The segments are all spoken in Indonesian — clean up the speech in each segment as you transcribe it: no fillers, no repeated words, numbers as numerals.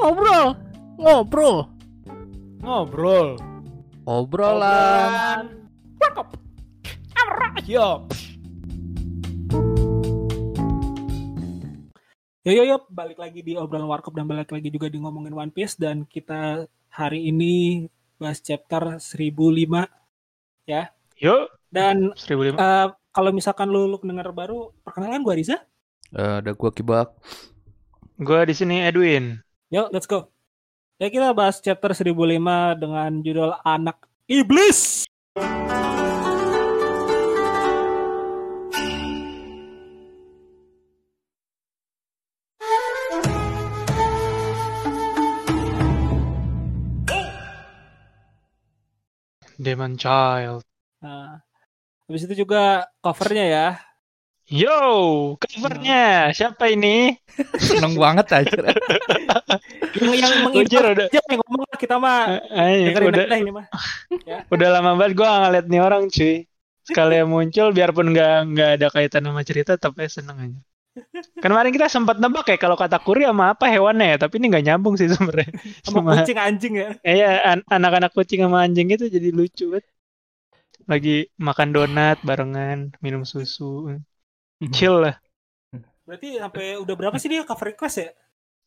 Ngobrol. Obrolan. Yo. Yo, balik lagi di obrolan Warkop dan balik lagi juga di ngomongin One Piece, dan kita hari ini bahas chapter 1005 ya. Yuk. Dan 1005. Kalau misalkan lu dengar baru, perkenalan gue Riza. Ada gua Kibak. Gue di sini Edwin. Yo, let's go. Ya, kita bahas chapter 1005 dengan judul Anak Iblis. Demon Child. Nah, habis itu juga covernya ya. Yo, covernya siapa ini? Seneng banget aja. yang Ujar udah. aja yang ngomong lah, kita mah dengerin aja ini mah. Ya. Udah lama banget gue ngeliat nih orang, cuy. Sekali muncul, biarpun nggak ada kaitan sama cerita, tapi seneng aja. Kemarin kita sempat nebak ya kalau kata kuri sama apa hewannya ya, tapi ini nggak nyambung sih sebenarnya. Sama kucing anjing ya. Iya, anak-anak kucing sama anjing itu jadi lucu banget. Lagi makan donat barengan, minum susu. Chill lah. Berarti sampai udah berapa sih dia cover request ya?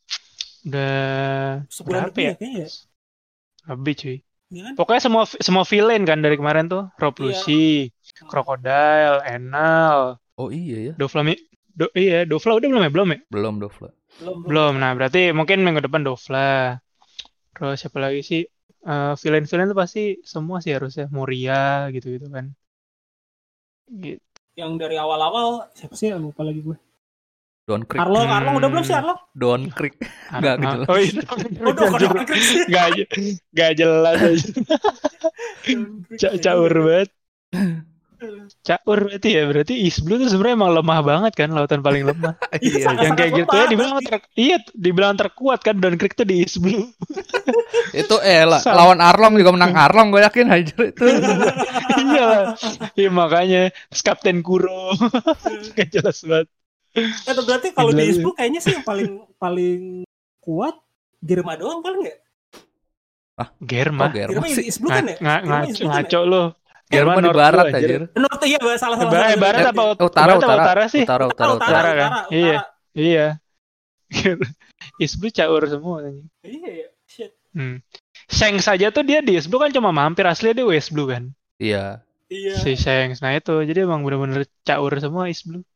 Udah Sebulan berapa lebih ya? Kayaknya ya. Lebih cuy. Iya kan? Pokoknya semua villain kan dari kemarin tuh. Rob Lucy, Crocodile, Enel. Oh iya ya. Dofla udah belum ya? Belum Dofla. Belum. Nah, berarti mungkin minggu depan Dofla. Terus siapa lagi sih? Villain-villain tuh pasti semua sih harusnya. Moria gitu-gitu kan. Gitu. Yang dari awal-awal siapa sih? Lupa lagi gue. Don Creek. Arlong udah belum sih Arlong? Don Creek. Enggak jelas. Oh iya. Don Creek sih. Gak jelas aja. Caur banget. Caur berarti ya. Berarti East Blue tuh sebenarnya emang lemah banget kan. Lautan paling lemah. Iya. Yang kayak gitu ya dibilang terkuat kan. Don Creek tuh di East Blue. Itu lawan Arlong juga menang Arlong, gue yakin aja itu. Iya makanya Kapten Kuro. Gak jelas banget. Berarti kalau di East Blue kayaknya sih yang paling kuat Germa doang paling ya? Germa sih. East Blue kan ya? Ngaco lo. Germa di barat aja. North, iya salah. Barat apa utara sih? Utara kan? Iya. East Blue caur semua. Iya. Shit. Shanks saja tuh dia di East Blue kan cuma mampir, aslinya dia West Blue kan? Iya. Si Shanks, nah itu jadi emang bener-bener caur semua East Blue.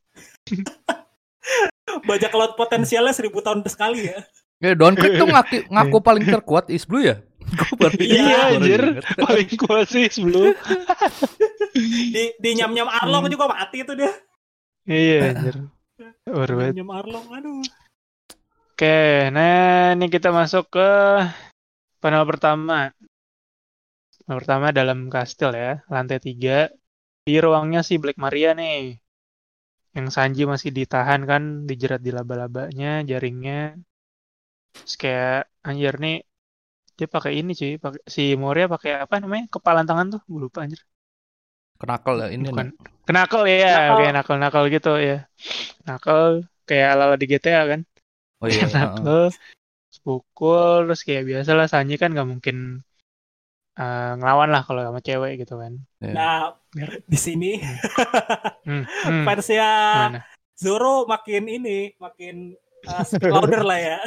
Bajak laut potensialnya 1000 tahun sekali ya. Ya Don Creek tuh ngaku paling terkuat East Blue ya? Iya anjir, paling kuat sih East Blue. di nyam-nyam Arlong juga mati itu dia. Iya anjir. Nyam Arlong, aduh. Oke, nah ini kita masuk ke panel pertama. Panel pertama dalam kastil ya, lantai 3. Di ruangnya si Black Maria nih. Yang Sanji masih ditahan kan, dijerat di laba-labanya, jaringnya. Terus kayak anjir nih, dia pakai ini cuy, si Moria pakai apa namanya? Kepalan tangan tuh, gue lupa anjir. Knuckle ya ini. Bukan. Knuckle ya, kayak knuckle gitu ya. Knuckle kayak ala-ala di GTA kan. Oh iya. Knuckle, pukul, terus kayak biasalah Sanji kan nggak mungkin ngelawan lah kalau sama cewek gitu kan. Nah, di sini fansnya Zoro makin speak louder lah ya.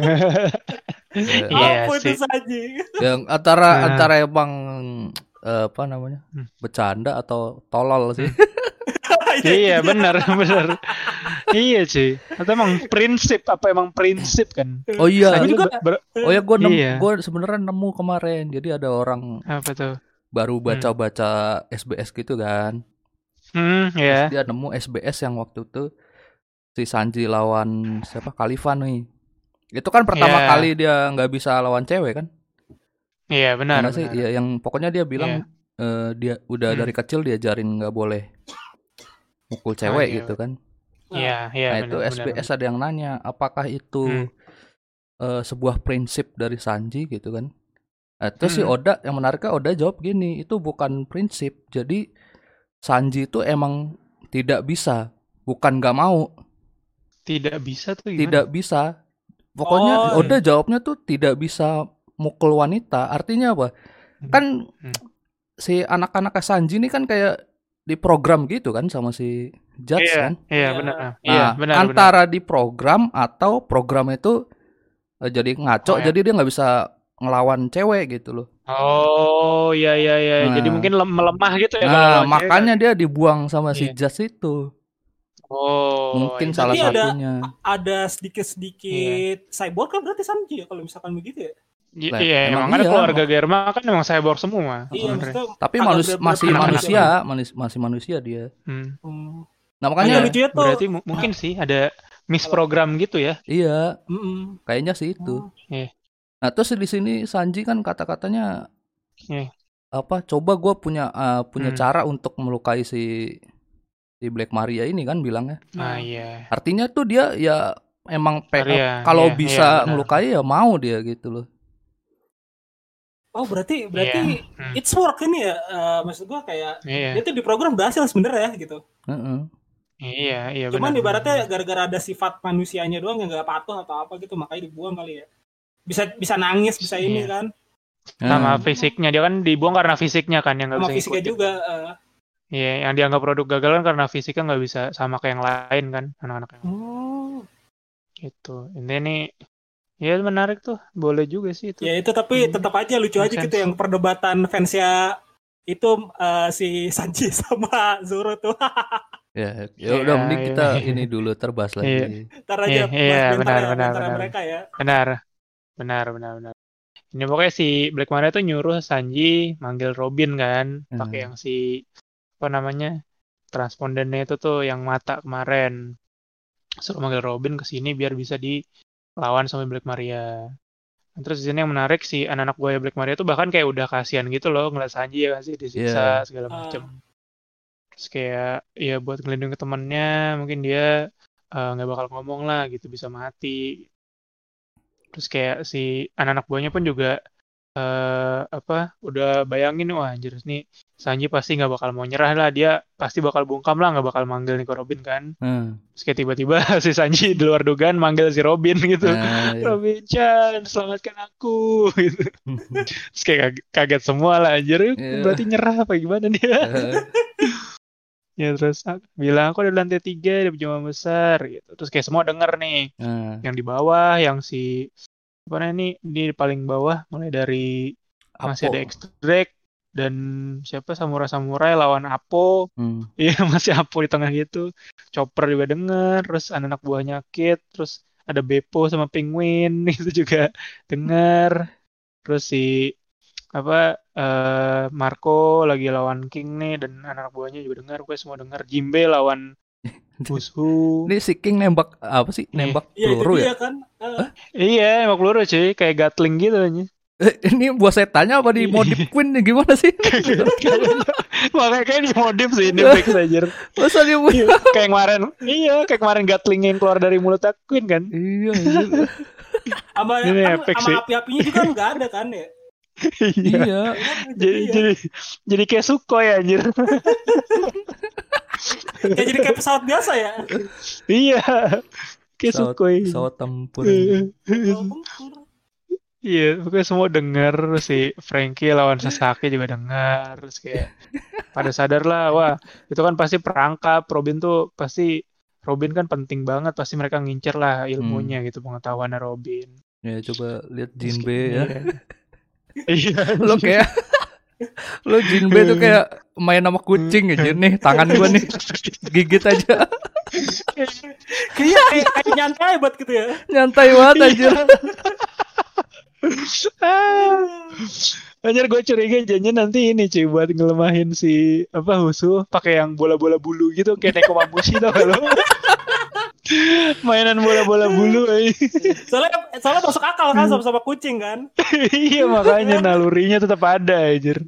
Iya itu sih. Sanji. Yang antara emang apa namanya? Bercanda atau tolol sih. Iya benar. Iya sih. Atau emang prinsip kan? Oh iya. Gue gue sebenarnya nemu kemarin. Jadi ada orang apa tuh? Baru baca SBS gitu kan. Iya. Terus dia nemu SBS yang waktu itu si Sanji lawan siapa? Khalifah nih. Itu kan pertama kali dia nggak bisa lawan cewek kan? Iya benar. Sih? Ya, yang pokoknya dia bilang dia udah dari kecil diajarin nggak boleh mukul cewek gitu kan. Iya. Nah itu SBS ada yang nanya apakah itu sebuah prinsip dari Sanji gitu kan. Nah, terus si Oda yang menariknya Oda jawab gini, itu bukan prinsip. Jadi Sanji itu emang tidak bisa, bukan nggak mau. Tidak bisa tuh gimana? Tidak bisa. Pokoknya Oh, Oda jawabnya tuh tidak bisa mukul wanita. Artinya apa? Kan si anak-anak Sanji ini kan kayak diprogram gitu kan sama si Judge Iya, kan. iya Iya. benar. Nah, Iya, benar. antara diprogram atau program itu jadi ngaco, Oh, ya. jadi dia nggak bisa ngelawan cewek gitu loh. Oh, iya. Jadi Nah, mungkin melemah gitu ya kalau lawan cewek makanya kali. dia dibuang sama si Iya. Judge itu. Oh, Mungkin iya. salah berarti satunya. ada Iya. sedikit cyborg kan berarti Sanji ya kalau misalkan begitu ya. Lah, Iya, emang emang ada iya. keluarga Germa kan emang cyborg semua Iya, sebenarnya. maksudnya Tapi agak masih berbeda-beda. masih manusia dia. Hmm. Nah, Iya, makanya lucunya tuh. Berarti mungkin sih ada misprogram gitu ya. iya, Mm-mm. kayaknya sih itu. Oh. Iya. Nah, terus di sini Sanji kan kata-katanya Iya. apa? Coba gue punya cara untuk melukai si Black Maria ini kan bilangnya. Ah, iya. Artinya tuh dia ya emang Maria, kalau iya, bisa iya, benar. melukai ya mau dia gitu loh. Oh, berarti Iya. it's work ini ya. Maksud gua kayak Iya. dia tuh di program berhasil sebenarnya gitu. Iya Cuman benar. ibaratnya gara-gara ada sifat manusianya doang yang nggak patuh atau apa gitu makanya dibuang kali ya. Bisa nangis, bisa ini Iya. kan. Sama fisiknya dia kan dibuang karena fisiknya kan yang nggak Sama bisa fisiknya ngikutin. juga. Iya, yang dianggap produk gagal kan karena fisiknya nggak bisa sama kayak yang lain kan anak-anak yang gitu. Ini nih ya menarik tuh, boleh juga sih itu. Ya itu tapi tetap aja lucu aja gitu yang perdebatan fansnya itu si Sanji sama Zoro tuh. Ya udah mending kita ini dulu terbahas lagi. Ntar aja benar. mereka ya. Benar. Ini pokoknya si Black Maria tuh nyuruh Sanji manggil Robin kan, pakai yang si apa namanya transpondennya itu tuh yang mata kemarin. Suruh manggil Robin ke sini biar bisa dilawan sama Black Maria. Terus di sini yang menarik si anak-anak buaya Black Maria tuh bahkan kayak udah kasihan gitu loh ngeliat Sanji ya kasih disiksa segala macem. Terus kayak ya buat ngelindungi temannya mungkin dia nggak bakal ngomong lah gitu bisa mati. Terus kayak si anak-anak buahnya pun juga udah bayangin wah anjir nih Sanji pasti nggak bakal mau nyerah lah, dia pasti bakal bungkam lah, nggak bakal manggil Nico Robin kan. Terus kayak tiba-tiba si Sanji di luar dugaan manggil si Robin gitu. Robin-chan selamatkan aku gitu. Terus kayak kaget semua lah anjir, berarti nyerah apa gimana dia. Ya terus bilang aku ada di lantai 3 di perjamuan besar gitu. Terus kayak semua denger nih yang di bawah, yang si apa ini di paling bawah mulai dari masih ada Extract dan siapa samurai lawan Apo. Iya masih Apo di tengah gitu. Chopper juga denger, terus anak-anak buahnya Kid, terus ada Beppo sama Penguin itu juga denger. Terus si Marco lagi lawan King nih dan anak buahnya juga dengar, gue semua dengar. Jimbe lawan Bushu. Ini si King nembak apa sih? Nembak peluru ya? Kan? Iya, nembak peluru cuy, kayak Gatling gitu aja. Ini buat setannya apa di modif Queen gimana sih? Makanya kayak di modif sih ini fix aja. Masa dia kayak kemarin, kayak Gatling yang keluar dari mulut Queen kan? Iya. Sama api-apinya juga nggak ada kan ya? Iya. Jadi kayak Sukhoi ya anjir. Jadi kayak pesawat biasa ya? Iya. Kayak Sukhoi. Pesawat tempur. Iya, pokoknya semua dengar, si Frankie lawan Sasaki juga dengar, terus kayak pada sadar lah, wah itu kan pasti perangkap, Robin kan penting banget, pasti mereka ngincer lah ilmunya gitu, pengetahuannya Robin. Ya coba lihat Jinbe ya. Iya. Lo Jinbe tuh kayak main sama kucing aja nih, tangan gua nih gigit aja. Kayak nyantai banget gitu ya. Nyantai banget aja. Anjir gue curiga janjian nanti ini cuy buat ngelemahin si Husu pakai yang bola-bola bulu gitu kayak Nekomamushi tau gak lo? Mainan bola-bola bulu soalnya masuk akal kan sama kucing kan. Iya makanya nalurinya tetap ada anjir.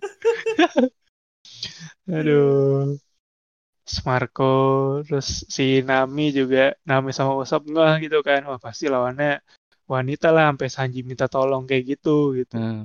Aduh. Marco terus si Nami sama Usopp ngeh gitu kan, wah pasti lawannya wanita lah sampai Sanji minta tolong kayak gitu.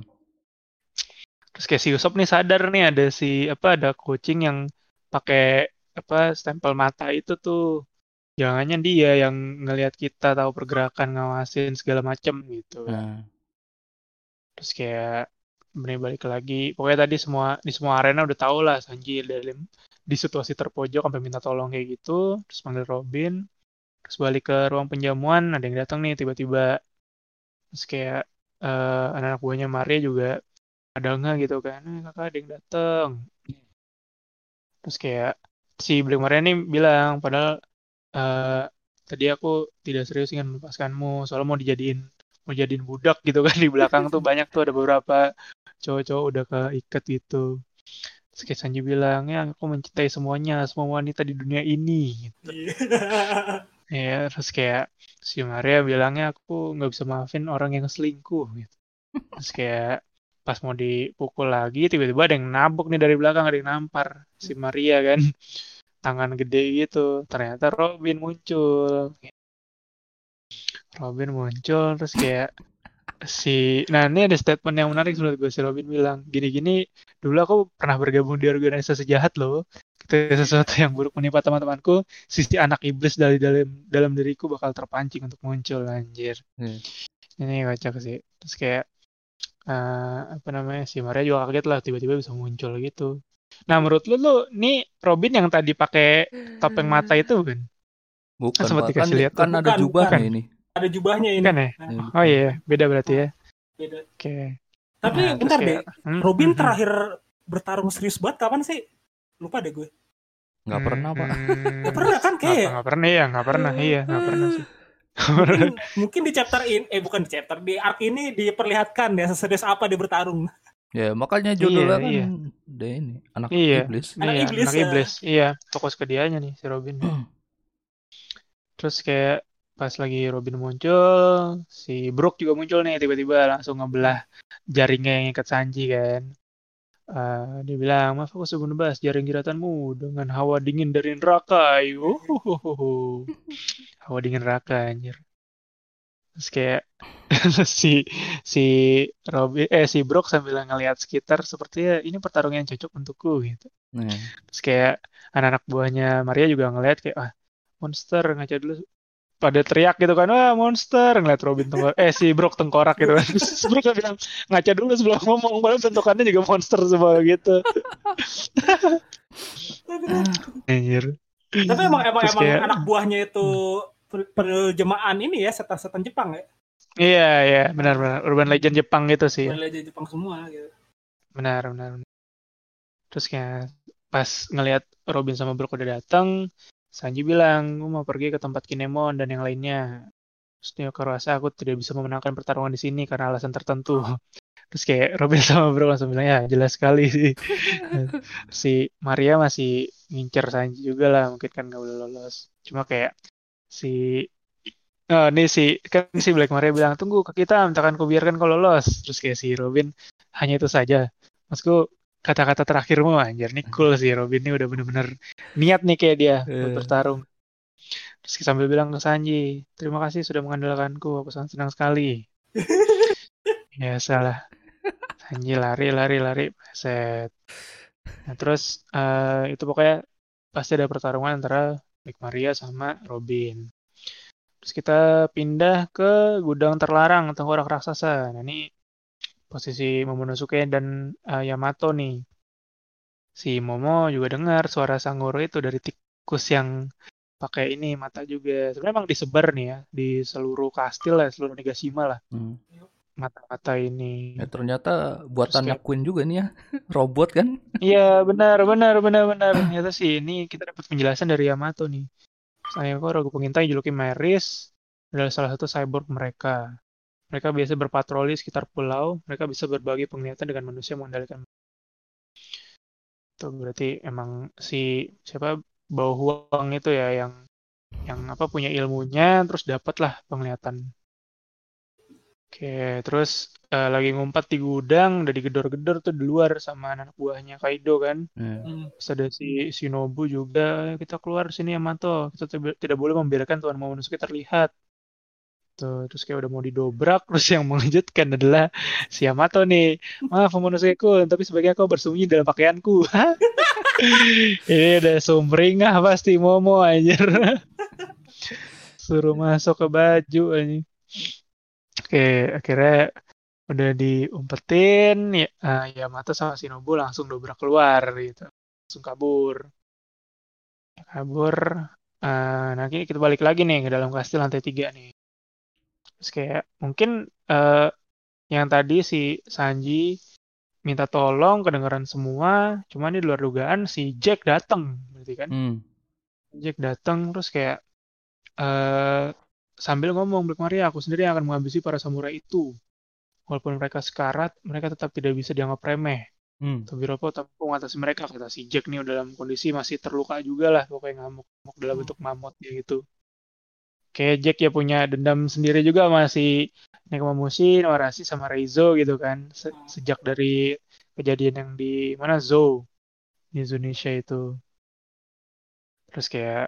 Terus kayak si Usopp nih sadar nih ada kucing yang pakai stempel mata itu tuh. jangannya dia yang ngelihat kita tahu pergerakan, ngawasin segala macem gitu. Terus kayak bener balik lagi. Pokoknya tadi di semua arena udah tau lah Sanji di situasi terpojok sampai minta tolong kayak gitu. Terus panggil Robin. Terus balik ke ruang penjamuan, ada yang datang nih tiba-tiba. Terus kayak anak-anak buahnya Maria juga ada nggak gitu kan? Kakak ada yang datang. Terus kayak si Black Maria nih bilang, padahal tadi aku tidak serius ingin melepaskanmu, soalnya mau dijadiin budak gitu kan. Di belakang tuh banyak tuh ada beberapa cowok-cowok udah keikat gitu. Terus kayak Sanji bilang, ya aku mencintai semua wanita di dunia ini gitu. Ya, terus kayak si Maria bilangnya aku nggak bisa maafin orang yang selingkuh gitu. Terus kayak pas mau dipukul lagi, tiba-tiba ada yang nabok nih dari belakang, ada yang nampar si Maria kan. Tangan gede gitu. Ternyata Robin muncul. Terus kayak nah ini ada statement yang menarik menurut gue. Si Robin bilang, gini-gini, dulu aku pernah bergabung di organisasi jahat loh. Ketika sesuatu yang buruk menimpa teman-temanku, sisi anak iblis dari dalam diriku bakal terpancing untuk muncul, anjir. Ini kocak sih. Terus kayak si Maria juga kaget lah tiba-tiba bisa muncul gitu. Nah, menurut lu nih Robin yang tadi pakai topeng mata itu kan? Bukan, sempat dikasih lihat kan ada jubahnya ini. Ada jubahnya ini. Kan ya? Oh iya, beda berarti ya. Beda. Oke. Tapi bentar deh, Robin terakhir bertarung serius banget kapan sih? Lupa deh gue. Nggak pernah, Pak. Nggak pernah kan kayak? Nggak pernah sih. Mungkin di chapter ini, bukan di chapter, di arc ini diperlihatkan ya seserius apa dia bertarung. Ya, makanya judulnya kan deh ini anak iblis. Anak iblis. Iya, fokus ke dianya nih si Robin. Terus kayak pas lagi Robin muncul, si Brook juga muncul nih tiba-tiba langsung ngebelah jaringnya yang ikat Sanji kan. Dia bilang, maaf aku sudah menebas jaring jiratanmu dengan hawa dingin dari neraka. Hawa dingin neraka anjir. Terus kayak si Brook sambil ngelihat sekitar sepertinya ini pertarungan yang cocok untukku gitu. Terus kayak anak-anak buahnya Maria juga ngelihat kayak monster, ngaca dulu pada teriak gitu kan, wah monster, ngeliat Robin si Brook tengkorak gitu kan. Terus Brook bilang ngaca dulu sebelum ngomong, padahal bentukannya juga monster semua gitu. Anjir. Tapi emang kayak, anak buahnya itu penjelmaan ini ya, setan Jepang ya? Iya, benar. Urban Legend Jepang gitu sih. Urban Legend Jepang semua gitu. Benar. Terus kayak pas ngelihat Robin sama Brook udah datang, Sanji bilang, gue mau pergi ke tempat Kinemon dan yang lainnya. Terus dia rasa aku tidak bisa memenangkan pertarungan di sini karena alasan tertentu. Terus kayak Robin sama Brook langsung bilang, ya jelas sekali sih. Si Maria masih ngincer Sanji juga lah, mungkin kan gak boleh lolos. Cuma kayak si Black Maria bilang, tunggu ke kita, mintakan kau biarkan kau lolos. Terus kayak si Robin, hanya itu saja. Maksudku, kata-kata terakhirmu anjir, nih cool sih Robin ini udah bener-bener niat nih kayak dia bertarung. Terus sambil bilang ke Sanji, terima kasih sudah mengandalkanku, aku sangat senang sekali. Ya salah. Sanji lari, set. Nah, terus itu pokoknya pasti ada pertarungan antara Black Maria sama Robin. Terus kita pindah ke gudang terlarang tengkorak raksasa. Nah ini posisi Momonosuke dan Yamato nih. Si Momo juga dengar suara Sangoro itu dari tikus yang pakai ini mata juga. Sebenarnya emang disebar nih ya di seluruh kastil lah, seluruh Negashima lah. Mata-mata ini. Ya, ternyata buatannya Queen juga nih ya. Robot kan? Iya, benar. Ternyata sih ini kita dapat penjelasan dari Yamato nih. Sayangku Ragu Pengintai juluki Meris adalah salah satu cyborg mereka. Mereka biasa berpatroli sekitar pulau. Mereka bisa berbagi penglihatan dengan manusia mengendalikan. Itu berarti emang Bao Huang itu ya yang punya ilmunya terus dapatlah penglihatan. Oke, terus lagi ngumpat di gudang, udah digedor-gedor tuh di luar sama anak buahnya Kaido kan. Terus ada si Shinobu juga, kita keluar sini Yamato, kita tidak boleh membiarkan Tuan Momonosuke terlihat. Tuh, terus kayak udah mau didobrak, terus yang mengejutkan adalah si Yamato nih, maaf Momonosuke-ku, tapi sebaiknya kau bersembunyi dalam pakaianku. Ini udah sumringah pasti Momo anjir. suruh masuk ke baju anjing. Oke, akhirnya udah diumpetin ya, Yamato sama Shinobu langsung dobrak keluar gitu. Langsung kabur. Nanti kita balik lagi nih ke dalam kastil lantai 3 nih. Terus kayak mungkin yang tadi si Sanji minta tolong kedengeran semua, cuman di luar dugaan si Jack datang, berarti kan? Jack datang terus kayak sambil ngomong, Black Maria, aku sendiri yang akan menghabisi para samurai itu. Walaupun mereka sekarat, mereka tetap tidak bisa dianggap remeh. Tobiropo tetap mengatasi mereka, kata si Jack nih dalam kondisi masih terluka juga lah, pokoknya ngamuk dalam bentuk mamutnya gitu. Kayak Jack ya punya dendam sendiri juga masih Nekomamushi, Warashi sama Reizo gitu kan. Sejak dari kejadian yang di mana Zou di Indonesia itu. Terus kayak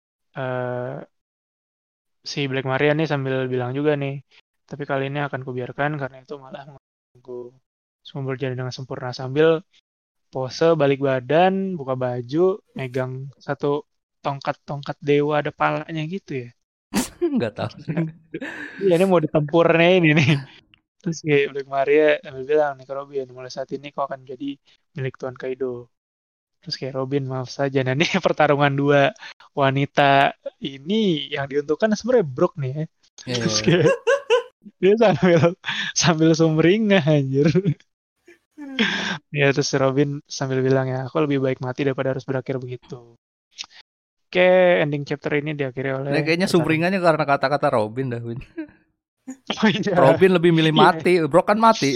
si Black Maria nih sambil bilang juga nih, tapi kali ini akan kubiarkan karena itu malah mengganggu. Semua berjalan dengan sempurna sambil pose balik badan, buka baju, megang satu tongkat dewa ada palanya gitu ya. Nggak tahu. Iya, ini mau ditempurnya ini nih. Terus kayak Black Maria sambil bilang nih ke Robin, mulai saat ini kau akan jadi milik Tuan Kaido. Terus kayak Robin, maaf saja. Nah ini pertarungan dua wanita ini yang diuntungkan sebenarnya Brook nih ya. Terus kayak dia sambil sumringah anjir. Ya terus Robin sambil bilang ya, aku lebih baik mati daripada harus berakhir begitu. Oke, ending chapter ini diakhiri oleh... Nah, kayaknya sumringahnya karena kata-kata Robin dah, Win. Oh, iya. Robin lebih milih mati, Brook kan mati.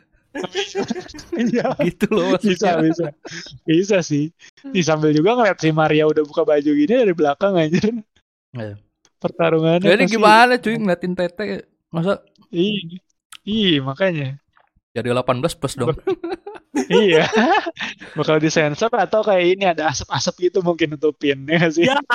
Iya. Gitu loh maksudnya. Bisa sih. Sambil juga ngeliat si Maria udah buka baju gini dari belakang anjir. Pertarungannya jadi pasti... gimana cuy ngeliatin Tete, masa? Iya makanya. Jadi 18 plus dong. Iya. Bakal disensor atau kayak ini ada asap-asap gitu mungkin nutupin ya sih. Ya.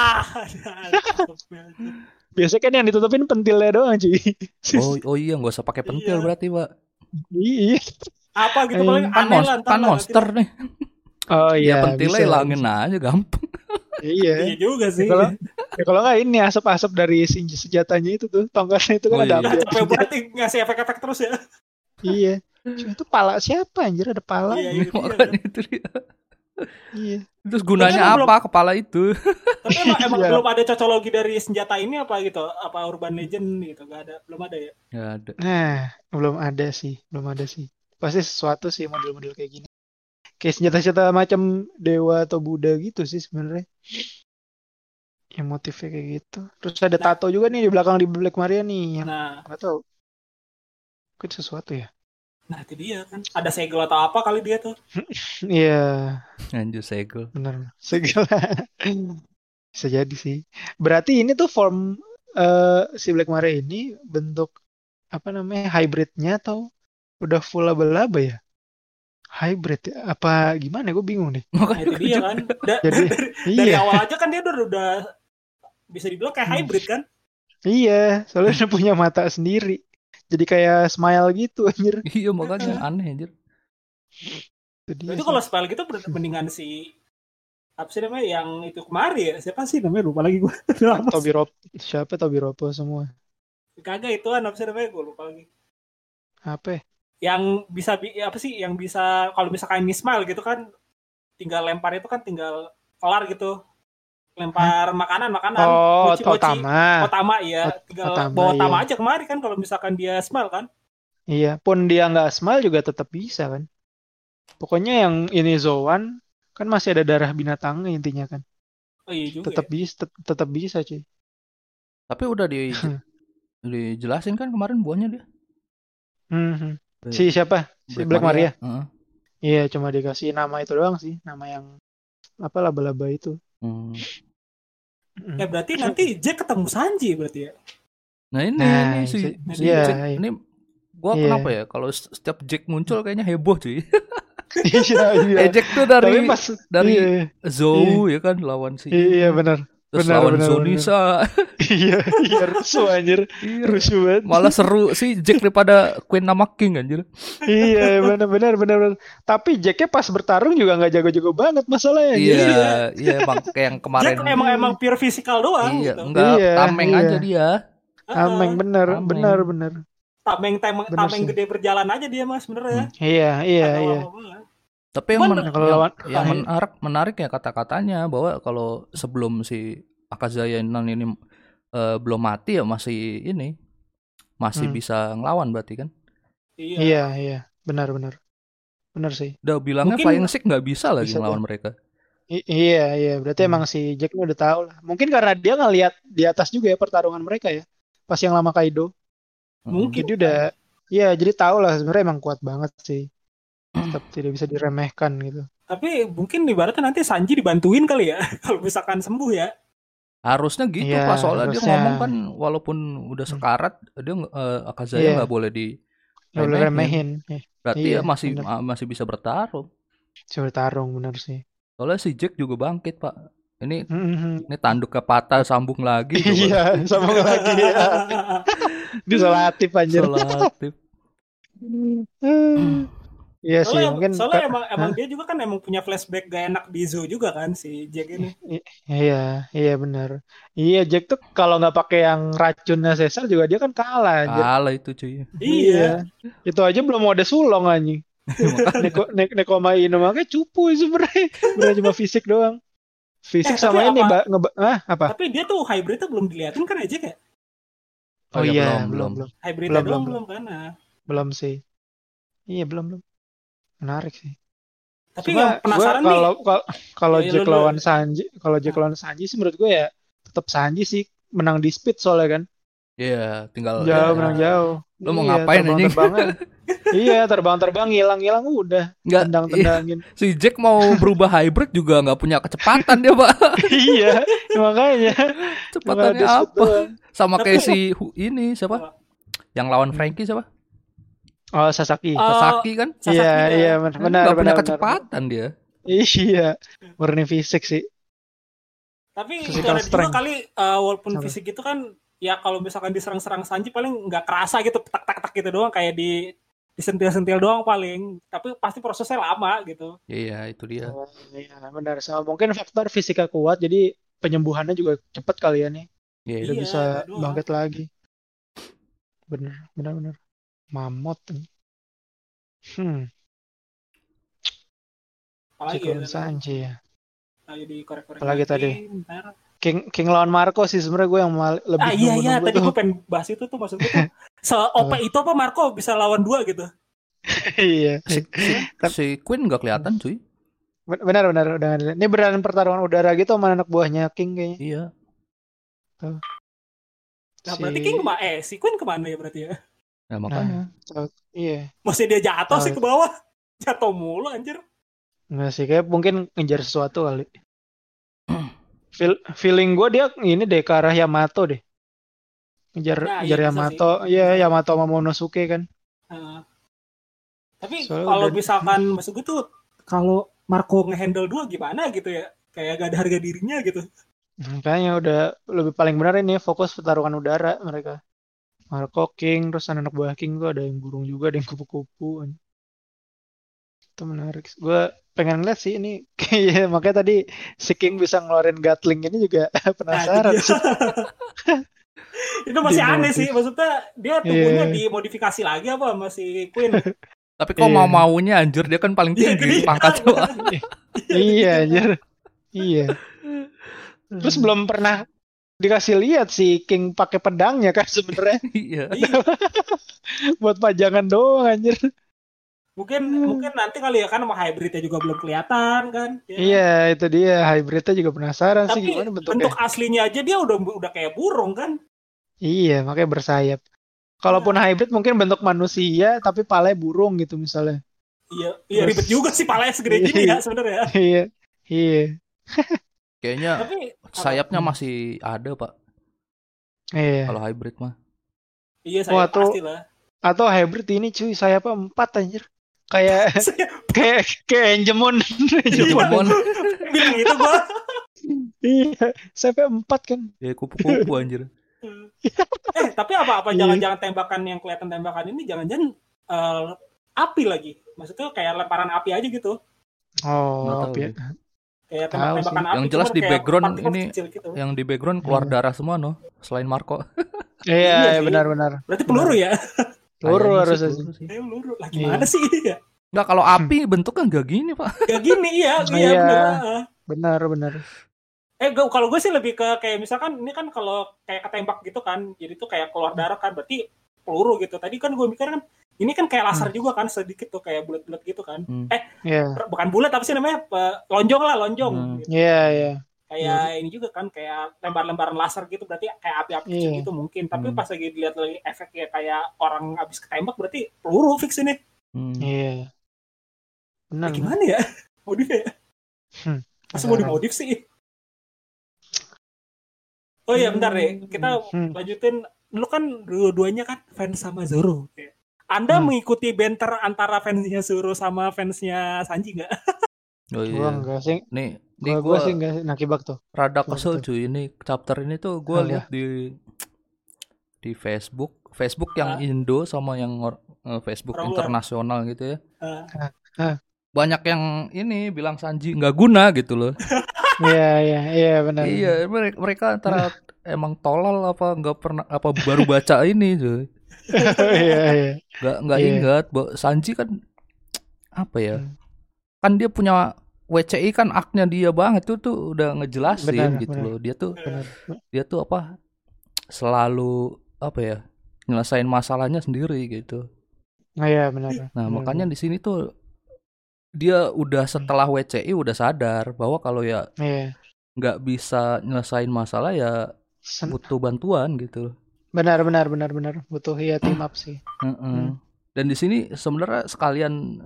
Biasanya kan yang ditutupin pentilnya doang cuy. Oh iya nggak usah pakai pentil berarti Pak. Iya. Apa gitu paling kan monster nih. Oh iya. Ya pentilnya hilangin aja gampang. Iya juga sih. Kalau nggak ini asap-asap dari senjatanya itu tuh tongkatnya itu kan ada api. Capek berarti ngasih efek-efek terus ya. Iya. Cuma itu pala siapa anjir ada pala. Iya, makanya itu dia. Iya. Terus gunanya apa kepala itu? Tapi emang belum ada cocologi dari senjata ini apa gitu? Apa urban legend gitu? Belum ada ya? Nggak ada. Nah, belum ada sih. Pasti sesuatu sih model-model kayak gini. Kayak senjata-senjata macam dewa atau Buddha gitu sih sebenarnya. Yang motifnya kayak gitu. Terus ada tato juga nih di belakang di Black Maria nih. Nggak tahu. Mungkin sesuatu ya. Nah itu dia kan. Ada segel atau apa kali dia tuh. Iya. Anjir segel. Bener. Segel. Bisa jadi sih. Berarti ini tuh form si Black Maria ini bentuk apa namanya hybridnya atau udah full laba-laba ya? Hybrid ya? Apa gimana? Gue bingung deh. Nah, itu dia kan. Dari awal aja kan dia udah bisa dibilang kayak hybrid kan? Iya. Soalnya udah punya mata sendiri. Jadi kayak smile gitu anjir. Iya makanya aneh anjir. Itu kalau smile gitu mendingan si apa sih namanya yang itu kemarin ya? Siapa sih namanya lupa lagi gue. Tobiropo semua. Kagak itu apa sih namanya gue lupa lagi. Apa? Yang bisa apa sih yang bisa kalau misalkan ini smile gitu kan tinggal lempar itu kan tinggal kelar gitu. Lempar makanan Otama ya tinggal bawa Otama aja kemarin kan kalau misalkan dia smile kan iya pun dia nggak smile juga tetap bisa kan pokoknya yang ini Zoan kan masih ada darah binatangnya intinya kan iya juga tetap bisa cuy tapi udah dijelasin kan kemarin buahnya dia si siapa si Black Maria iya cuma dikasih nama itu doang sih nama yang apa laba-laba itu ya berarti nanti Jack ketemu Sanji berarti ya. Nah ini Jack ini gua kenapa ya kalau setiap Jack muncul kayaknya heboh cuy. Iya. Jack tuh dari Zou ya kan lawan si. Iya benar. Terus Benar, lawan benar, Zonisa. Iya, iya rusuh anjir. Iya. Rusuh banget. Malah seru sih Jack daripada Queen sama King anjir. Iya, benar. Tapi Jacknya pas bertarung juga nggak jago-jago banget masalahnya. Iya, emang kayak yang kemarin. Jack emang pure physical doang Iya, gitu. enggak Iya, tameng iya. aja dia. Tameng bener. Tameng Bener sih. gede berjalan aja dia Mas sebenarnya. Iya. Kagak lama banget. Tapi yang, Cuman kalau lawan yang menarik ya kata-katanya bahwa kalau sebelum si Akazaya ini belum mati ya masih bisa ngelawan berarti kan? Iya. Benar sih. Udah bilangnya Mungkin Flying Sick nggak bisa lagi bisa ngelawan mereka. Iya. Berarti emang si Jack udah tahu lah. Mungkin karena dia ngeliat di atas juga ya pertarungan mereka ya. Pas yang lama Kaido. mungkin Jadi udah, ya jadi tahu lah sebenarnya emang kuat banget sih. Tetap tidak bisa diremehkan gitu. tapi mungkin ibaratnya nanti Sanji dibantuin kali ya kalau misalkan sembuh ya. Harusnya gitu Iya, Pak, soalnya dia harusnya. ngomong kan walaupun udah sekarat dia Akazaya nggak boleh Nggak boleh remehin. Berarti Iya, ya masih bisa bertarung. Coba tarung bener sih. Soalnya si Jack juga bangkit Pak. Ini tanduknya patah sambung lagi. Iya, sambung lagi ya. Disolatif anjir. Solatif. Iya sih, mungkin. Soalnya emang dia juga kan emang punya flashback gak enak di zoo juga kan si Jack ini. Iya benar. Iya, Jack tuh kalau nggak pakai yang racunnya Caesar juga dia kan kalah anjir. Kalah itu cuy. Iya. Itu aja belum mau ada sulong anjing. Nekoma Ino makanya cupu sebenarnya. Bener cuma fisik doang. Fisik sama ini apa? Tapi dia tuh hybridnya belum diliatin kan ya Jack ya? Oh iya, belum. Hybridnya belum kan? Belum sih. Iya, belum. Menarik sih. Tapi cuma yang penasaran nih kalau Jack lawan Sanji, sih menurut gue ya tetap Sanji sih menang di speed soalnya kan. Iya, tinggal menang jauh. Lu mau ngapain anjing? Iya, terbang hilang udah. Tendang-tendangin. Si Jack mau berubah hybrid juga nggak punya kecepatan dia, Pak. Iya, makanya. Cepatannya apa? Sama kayak si ini siapa? Yang lawan Frankie siapa? Oh, Sasaki. Sasaki kan? Iya, benar. Gak punya kecepatan dia. Iya, murni fisik sih. Tapi itu ada juga kali walaupun fisik itu kan ya kalau misalkan diserang-serang Sanji paling nggak kerasa gitu, tak gitu doang kayak disentil-sentil doang paling. Tapi pasti prosesnya lama gitu. Iya, itu dia. Iya, benar. Sama mungkin faktor fisiknya kuat jadi penyembuhannya juga cepat kali ya nih. Iya, udah bisa bangkit lagi. Benar. Mamot. Apalagi Sanji ya. Apalagi tadi. King lawan Marco sih sebenarnya gue yang lebih iya tadi gue pengen bahas itu tuh maksud gue tuh se-OP itu apa Marco bisa lawan 2 gitu. Iya. Si Queen nggak kelihatan cuy. Benar. Ini beneran pertarungan udara gitu sama anak buahnya King kayaknya. Iya. Nah berarti King si Queen kemana ya berarti ya? Nah makanya. Iya. Masih dia jatuh sih ke bawah. Jatuh mulu anjir. Nggak sih, kayak mungkin ngejar sesuatu kali. Feeling gue dia ini deh ke arah Yamato deh. Ngejar Yamato. Iya, Yamato sama Momonosuke kan. Tapi kalau misalkan maksud gue tuh kalau Marco ngehandle 2 gimana gitu ya? Kayak gak ada harga dirinya gitu. Kayaknya udah lebih paling benar ini fokus pertarungan udara mereka. Marco, King, terus anak buah King tuh ada yang burung juga, ada yang kupu-kupu. Itu menarik. Gue pengen lihat sih ini. Makanya tadi si King bisa ngeluarin Gatling ini juga penasaran sih. Itu masih aneh sih. Maksudnya dia tubuhnya dimodifikasi lagi apa masih Queen. Tapi kok mau-maunya anjir dia kan paling tinggi pangkatnya. Iya anjir. Iya. Terus belum pernah dikasih lihat si King pakai pedangnya kan sebenarnya. Iya. Buat pajangan doang anjir. Mungkin nanti kali ya kan sama hybridnya juga belum kelihatan kan. Ya. Iya, itu dia hybridnya juga penasaran sih gimana bentuknya. Bentuk aslinya aja dia udah kayak burung kan. Iya, makanya bersayap. Kalaupun hybrid mungkin bentuk manusia tapi palanya burung gitu misalnya. Iya ribet juga sih palanya segede gini ya sebenarnya. Iya. Kayaknya sayapnya masih ada, Pak. Iya. Kalau hybrid mah. Iya, sayap pasti lah. Atau hybrid ini cuy, sayapnya 4 anjir. Kayak Enjemon. Bilang gitu gua. Iya, CP4 kan. Ya kupu-kupu anjir. Tapi apa jangan-jangan tembakan yang kelihatan tembakan ini jangan-jangan api lagi. Maksudnya kayak lemparan api aja gitu. Oh, api. Kayak tembakan api. Yang jelas di background ini gitu. yang di background keluar darah semua selain Marco. Iya, benar-benar. Berarti peluru ya? Peluru harusnya sih. Peluru. Lah gimana sih ya? Enggak, kalau api bentuknya enggak gini, Pak. Enggak gini, iya benar. Kalau gue sih lebih ke kayak misalkan ini kan kalau kayak ketembak gitu kan, jadi tuh kayak keluar darah kan, berarti peluru gitu. Tadi kan gue mikir kan ini kan kayak laser juga kan, sedikit tuh kayak bulat-bulat gitu kan. Bukan bulat apa sih namanya, lonjong. Iya. Kayak ini juga kan kayak lembar-lembaran laser gitu, berarti kayak api-api kecil gitu mungkin. Tapi pas lagi dilihat lagi efeknya kayak orang habis ketembak, berarti peluru fix ini. Iya. Benar. Gimana ya modifnya? Masa mau dimodif sih? Oh iya bentar deh, kita lanjutin. Lu kan dua-duanya kan fans sama Zoro. Anda mengikuti banter antara fansnya Zoro sama fansnya Sanji nggak? Oh iya. Gua enggak sih. Nih gue sih enggak nakibak tuh. Rada kesel cuy, ini chapter ini tuh gue lihat di Facebook yang Indo sama yang Facebook internasional gitu ya. Banyak yang ini bilang Sanji nggak guna gitu loh. Iya benar. Iya, mereka antara emang tolol apa nggak pernah apa baru baca ini tuh. Iya. Nggak ingat, Sanji kan apa ya? Kan dia punya WCI kan aknya dia banget tuh udah ngejelasin gitu loh. Dia tuh apa selalu apa ya nyelesain masalahnya sendiri gitu. Iya benar. Nah makanya di sini tuh dia udah setelah WCI udah sadar bahwa kalau ya nggak bisa nyelesain masalah ya butuh bantuan gitu. Benar butuh ya team up sih. Dan di sini sebenarnya sekalian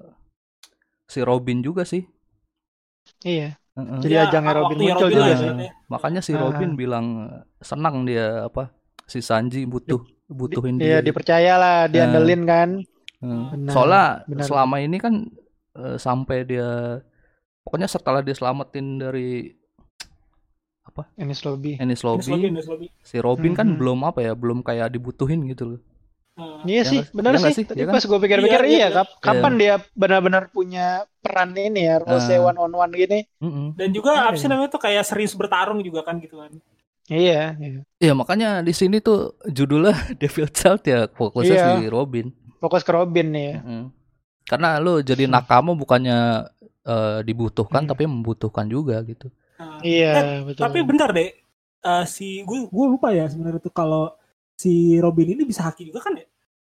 si Robin juga sih. Iya. Jadi ajangnya Robin muncul juga sih. Makanya si Robin bilang senang dia apa si Sanji butuhin dia. Iya dipercaya lah, diandelin kan. Soalnya selama ini kan sampai dia pokoknya setelah dia selamatin dari apa Enies Lobby si Robin kan belum kayak dibutuhin gitu loh. Iya sih benar sih. Tapi pas gue pikir-pikir kapan dia benar-benar punya peran ini ya role one on one gini. Dan juga apa sih namanya tuh kayak serius bertarung juga kan gitu kan. Iya. Iya makanya di sini tuh judulnya Devil Child ya fokusnya si Robin. Fokus ke Robin ya. Karena lo jadi nakama bukannya dibutuhkan tapi membutuhkan juga gitu. Iya betul. Tapi bentar deh, gue lupa ya sebenarnya tuh kalau si Robin ini bisa haki juga kan ya?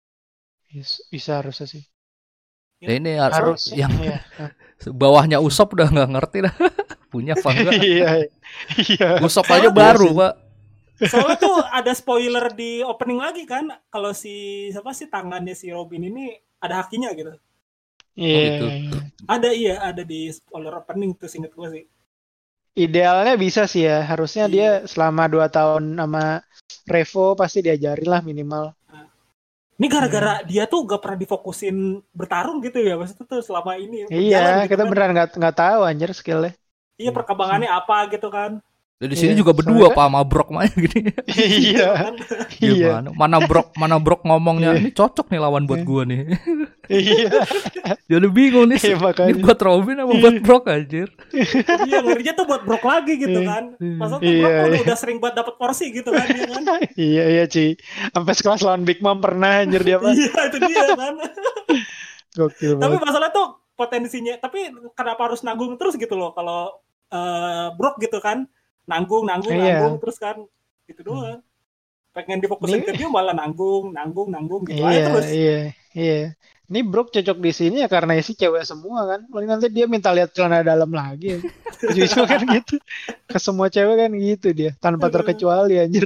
Bisa harusnya sih. Ya ini harus yang bawahnya Usopp udah nggak ngerti dah punya apa enggak. Iya. Usopp aja baru Pak. Soalnya tuh ada spoiler di opening lagi kan kalau si tangannya si Robin ini ada hakinya gitu. Gitu. Ada di spoiler opening tuh seinget gue sih. Idealnya bisa sih ya, harusnya dia selama 2 tahun sama Revo pasti diajarin lah minimal. Ini gara-gara dia tuh gak pernah difokusin bertarung gitu ya, maksudnya tuh selama ini. Iya, kita beneran nggak tahu anjir skillnya. Iya perkembangannya apa gitu kan. Di sini juga berdua Pak sama Brok main gini. Iya. Mana Brok ngomongnya ini cocok nih lawan buat gua nih. Iya. Jadi bingung nih. Ini buat Robin apa buat Brok anjir. Iya, ngerinya tuh buat Brok lagi gitu kan. Maksudnya Brok udah sering buat dapat porsi gitu kan dia kan. Iya Ci. Sampai sekelas lawan Big Mom pernah anjir dia Pak. Iya, itu dia kan. Gokil banget. Tapi masalah tuh potensinya, tapi kenapa harus nanggung terus gitu loh kalau Brok gitu kan. Nanggung terus kan gitu doang. Pengen difokusin ke dia malah nanggung gitu aja terus. Iya. Ini Brok cocok di sini ya karena isi cewek semua kan. Paling nanti dia minta lihat celana dalam lagi. Jujur kan gitu. Ke semua cewek kan gitu dia, tanpa terkecuali anjir.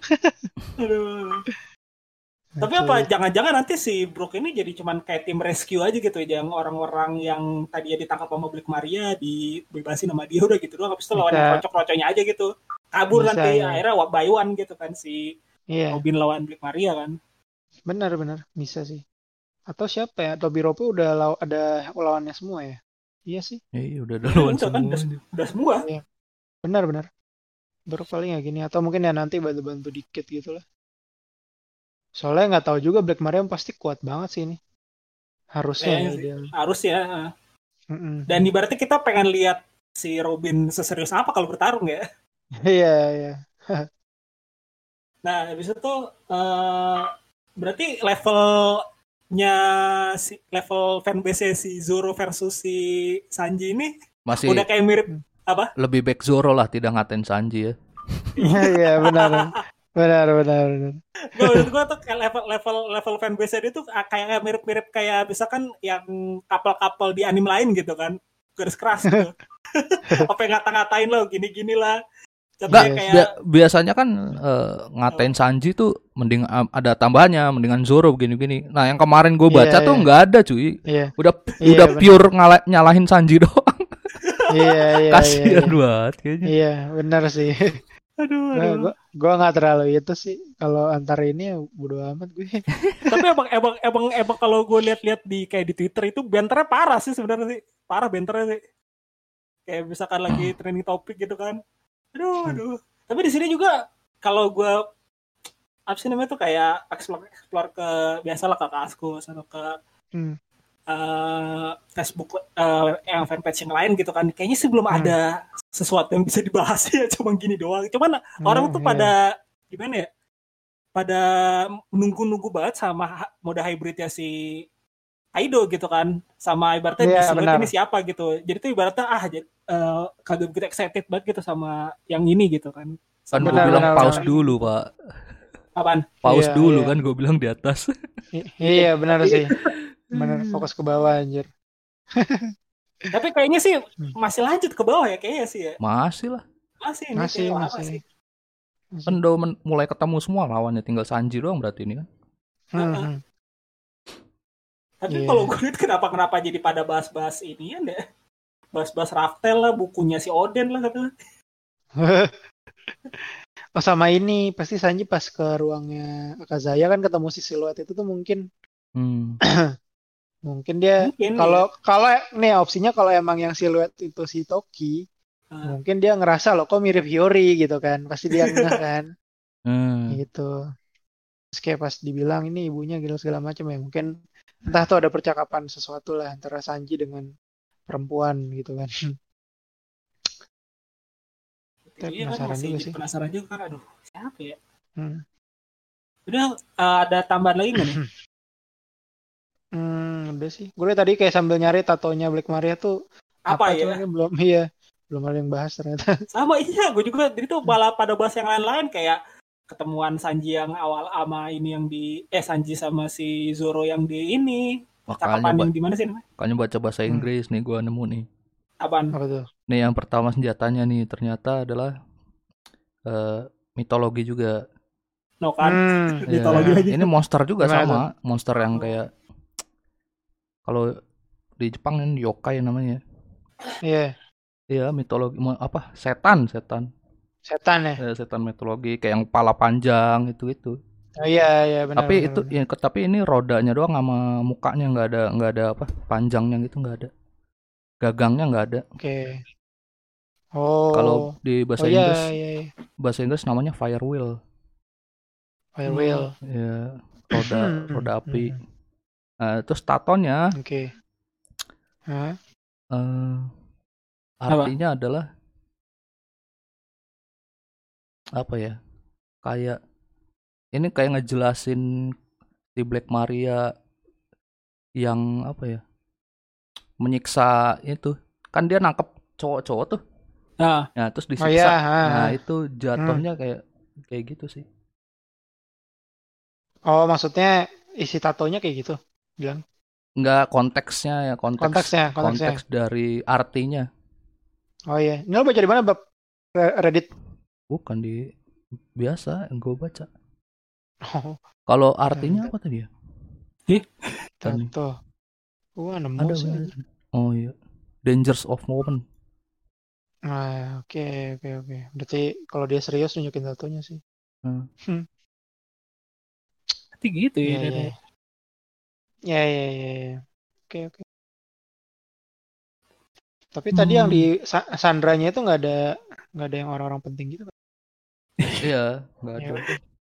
Aduh. Tapi apa jangan-jangan nanti si Brok ini jadi cuman kayak tim rescue aja gitu ya, yang orang-orang yang tadinya ditangkap sama Black Maria dibebasin sama dia udah gitu doang, habis itu lawan rocok-rocoknya aja gitu. Kabur bisa, nanti akhirnya by one gitu kan si Robin lawan Black Maria kan. Benar bisa sih. Atau siapa ya? Tobi Rope udah ada lawannya semua ya? Iya sih. Iya udah ada lawan semua. Kan, udah semua. Iya. benar. Baru paling ya gini, atau mungkin ya nanti bantu-bantu dikit gitu lah. Soalnya nggak tahu juga Black Maria pasti kuat banget sih ini. Harusnya ya dia. Harus ya. Dan ibaratnya kita pengen lihat si Robin seserius apa kalau bertarung ya. Iya. Nah, habis itu berarti levelnya level fanbase si Zoro versus si Sanji ini masih udah kayak mirip apa? Lebih back Zoro lah, tidak ngatain Sanji ya. Iya, benar. Menurut gue tuh kayak level fanbase dia tuh kayak mirip-mirip kayak misalkan yang couple-couple di anime lain gitu kan, garis keras gitu. Apa yang ngata-ngatain lo gini-gini lah. Kayak biasanya kan ngatain Sanji tuh mending ada tambahannya, mendingan Zoro begini-begini. Nah yang kemarin gue baca tuh nggak ada cuy. Udah pure nyalahin Sanji doang. Kasian banget kayaknya. Iya benar sih. Aduh. Gue nggak terlalu itu sih. Kalau antar ini ya bodo amat gue. Tapi emang kalau gue lihat-lihat di kayak di Twitter itu banternya parah sih sebenarnya sih. Parah banternya sih. Kayak misalkan lagi trending topik gitu kan. Aduh. Tapi di sini juga kalau gue apa sih namanya tuh kayak explore ke biasalah ke Kaskus atau ke Facebook yang fanpage yang lain gitu kan. Kayaknya sih belum ada sesuatu yang bisa dibahas ya, cuma gini doang. Cuman orang tuh pada gimana ya? Pada menunggu banget sama mode hybridnya si Kaido gitu kan, sama ibaratnya ini siapa gitu. Jadi tuh ibaratnya kagak begitu excited banget gitu sama yang ini gitu kan. Kan gue bilang pause dulu Pak. Apaan? Pause dulu kan gue bilang di atas. Iya benar sih. Benar, fokus ke bawah anjir. Tapi kayaknya sih masih lanjut ke bawah ya kayaknya sih ya. Masih lah. Masih. Kan udah mulai ketemu semua lawannya, tinggal Sanji doang berarti ini kan. Tapi kalau gue lihat kenapa jadi pada bahas-bahas ini ya deh. Bahas-bahas Raftel lah, bukunya si Oden lah katanya. Oh sama ini pasti Sanji pas ke ruangnya Akazaya kan ketemu si siluet itu tuh mungkin mungkin dia kalau nih opsinya kalau emang yang siluet itu si Toki mungkin dia ngerasa loh kok mirip Hiyori gitu kan, pasti dia ngeh kan. Gitu. Terus kayak pas dibilang ini ibunya gitu segala macam ya mungkin entah tuh ada percakapan sesuatu lah antara Sanji dengan perempuan gitu kan. Iya kan penasaran juga kan, aduh siapa ya? Udah ada tambahan lagi nggak nih? Udah sih. Gue tadi kayak sambil nyari tatonya Black Maria tuh apa ya? Belum ada yang bahas ternyata. Sama iya, gue juga jadi tuh malah pada bahas yang lain-lain kayak ketemuan Sanji yang awal sama ini yang di Sanji sama si Zoro yang di ini. Percakapan yang di mana sih namanya? Makanya baca bahasa Inggris nih gue nemu nih. Apaan? Apa tuh? Nih yang pertama senjatanya nih ternyata adalah mitologi juga. No kan? Mitologi lagi. Ini monster juga sama, monster yang kayak kalau di Jepang kan yokai namanya. Iya, mitologi apa? Setan ya. Setan mitologi kayak yang kepala panjang itu. Oh iya benar. Tapi ini rodanya doang sama mukanya nggak ada apa? Panjangnya gitu nggak ada. Gagangnya nggak ada. Oke. Kalau di bahasa Inggris, bahasa Inggris namanya firewheel. Ya, roda api. Terus tatonya. Artinya adalah apa ya? Kayak ini kayak ngejelasin di Black Maria yang apa ya? Menyiksa itu. Kan dia nangkep cowok-cowok tuh. Nah, terus disiksa. Nah, itu jatuhnya kayak gitu sih. Oh, maksudnya isi tatonya kayak gitu, bilang? Enggak, konteksnya ya, konteks dari artinya. Oh iya, ini lo baca di mana, Bab? Reddit? Bukan di biasa yang gue baca. Kalau artinya apa tadi ya? Tato. Nemu ada sih. Oh iya, Dangers of Moment. Oke. Berarti kalau dia serius nunjukin tatonya sih. Berarti gitu ya. Ya. Oke. Tapi tadi yang di Sandranya itu nggak nggak ada yang orang-orang penting gitu. Iya, nggak ada.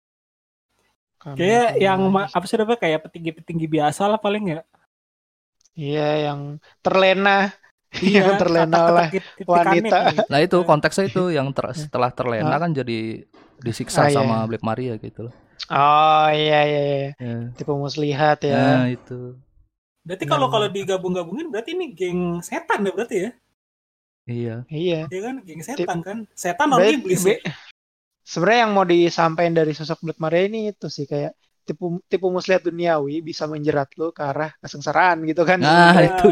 Kayak yang apa sih namanya, kayak petinggi-petinggi biasa lah paling ya. Iya, yang terlena. Iya, yang terlena oleh wanita. Nah itu konteksnya itu yang setelah terlena kan jadi disiksa sama Black Maria gitu loh. Oh iya. Tipe muslihat ya. Nah itu. Berarti kalau digabung-gabungin berarti ini geng setan ya berarti ya? Iya. Iya kan geng setan kan. Setan non iblis ya. Sebenarnya yang mau disampaikan dari sosok Black Maria ini itu sih kayak tipu muslihat duniawi bisa menjerat lo ke arah kesengsaraan gitu kan. Nah, itu.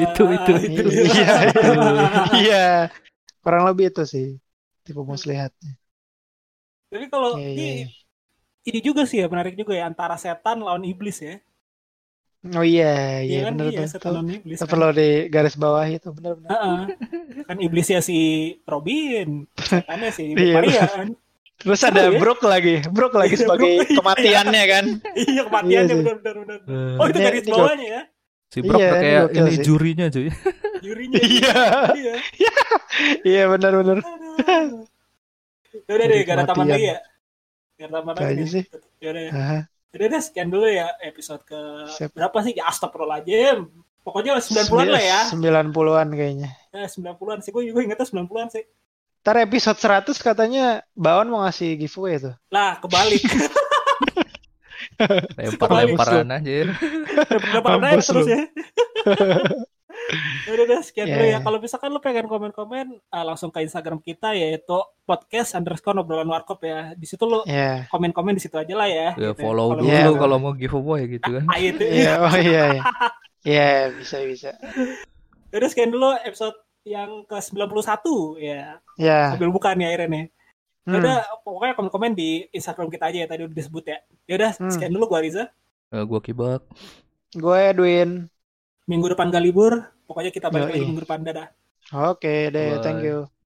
Iya. Kurang lebih itu sih tipu muslihatnya. Tapi kalau ini juga sih ya menarik juga ya, antara setan lawan iblis ya. Oh iya kan, benar tuh. Setan lawan iblis. Kan? Perlu di garis bawah itu benar. Kan iblisnya si Robin, setannya si Maria kan. Terus ada Brook lagi sebagai kematiannya kan. Iya, kematiannya benar. Oh, itu garis bawahnya ya. Si Brook kayak ini jurinya cuy. Jurinya. Iya. Iya benar. Udah deh, gak ada taman lagi ya. Gak ada taman lagi sih. Udah deh, sekian dulu ya episode ke berapa sih? Ya astagfirullahaladzim. Pokoknya 90-an lah ya. 90-an kayaknya. Ya 90-an sih, gue ingetnya 90-an sih. Ntar episode 100 katanya Baon mau ngasih giveaway tuh. Lah, kebalik. Lempar-lemparan aja. Lempar-lemparan aja terus ya. Udah sekian dulu ya. Kalau misalkan lo pengen komen-komen, langsung ke Instagram kita yaitu podcast_obrolan warkop ya. Di situ lo komen-komen di situ aja lah ya. Ya gitu. Follow dulu kalau mau giveaway gitu kan. Iya. Iya, bisa. Udah sekian dulu episode yang ke-91 ya. Sambil bukan ya akhirnya nih. Udah pokoknya komen-komen di Instagram kita aja ya, tadi udah disebut ya. Ya udah sekian dulu, gua Riza. Gua Kibak. Gua Edwin. Minggu depan gak libur, pokoknya kita balik lagi minggu depan. Dadah. Oke deh, thank you.